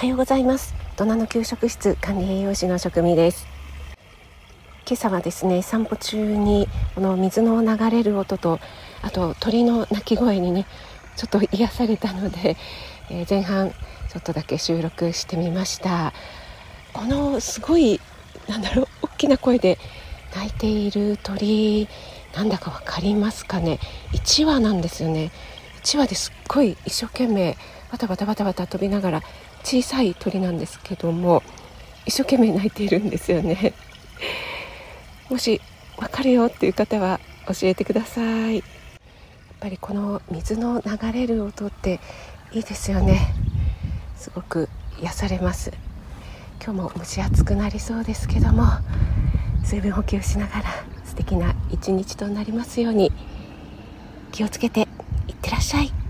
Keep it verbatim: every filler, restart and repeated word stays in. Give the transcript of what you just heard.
はようございます。大人の給食室管理栄養士の職味です。今朝はですね、散歩中にこの水の流れる音と、あと鳥の鳴き声にねちょっと癒されたので、えー、前半ちょっとだけ収録してみました。このすごいなんだろう大きな声で鳴いている鳥、なんだかわかりますかね。いちわなんですよね。いちわですっごい一生懸命バタバタバタバタ飛びながら、小さい鳥なんですけども一生懸命鳴いているんですよね。もしわかるよっていう方は教えてください。やっぱりこの水の流れる音っていいですよね。すごく癒されます。今日も蒸し暑くなりそうですけども、水分補給しながら素敵な一日となりますように。気をつけていってらっしゃい。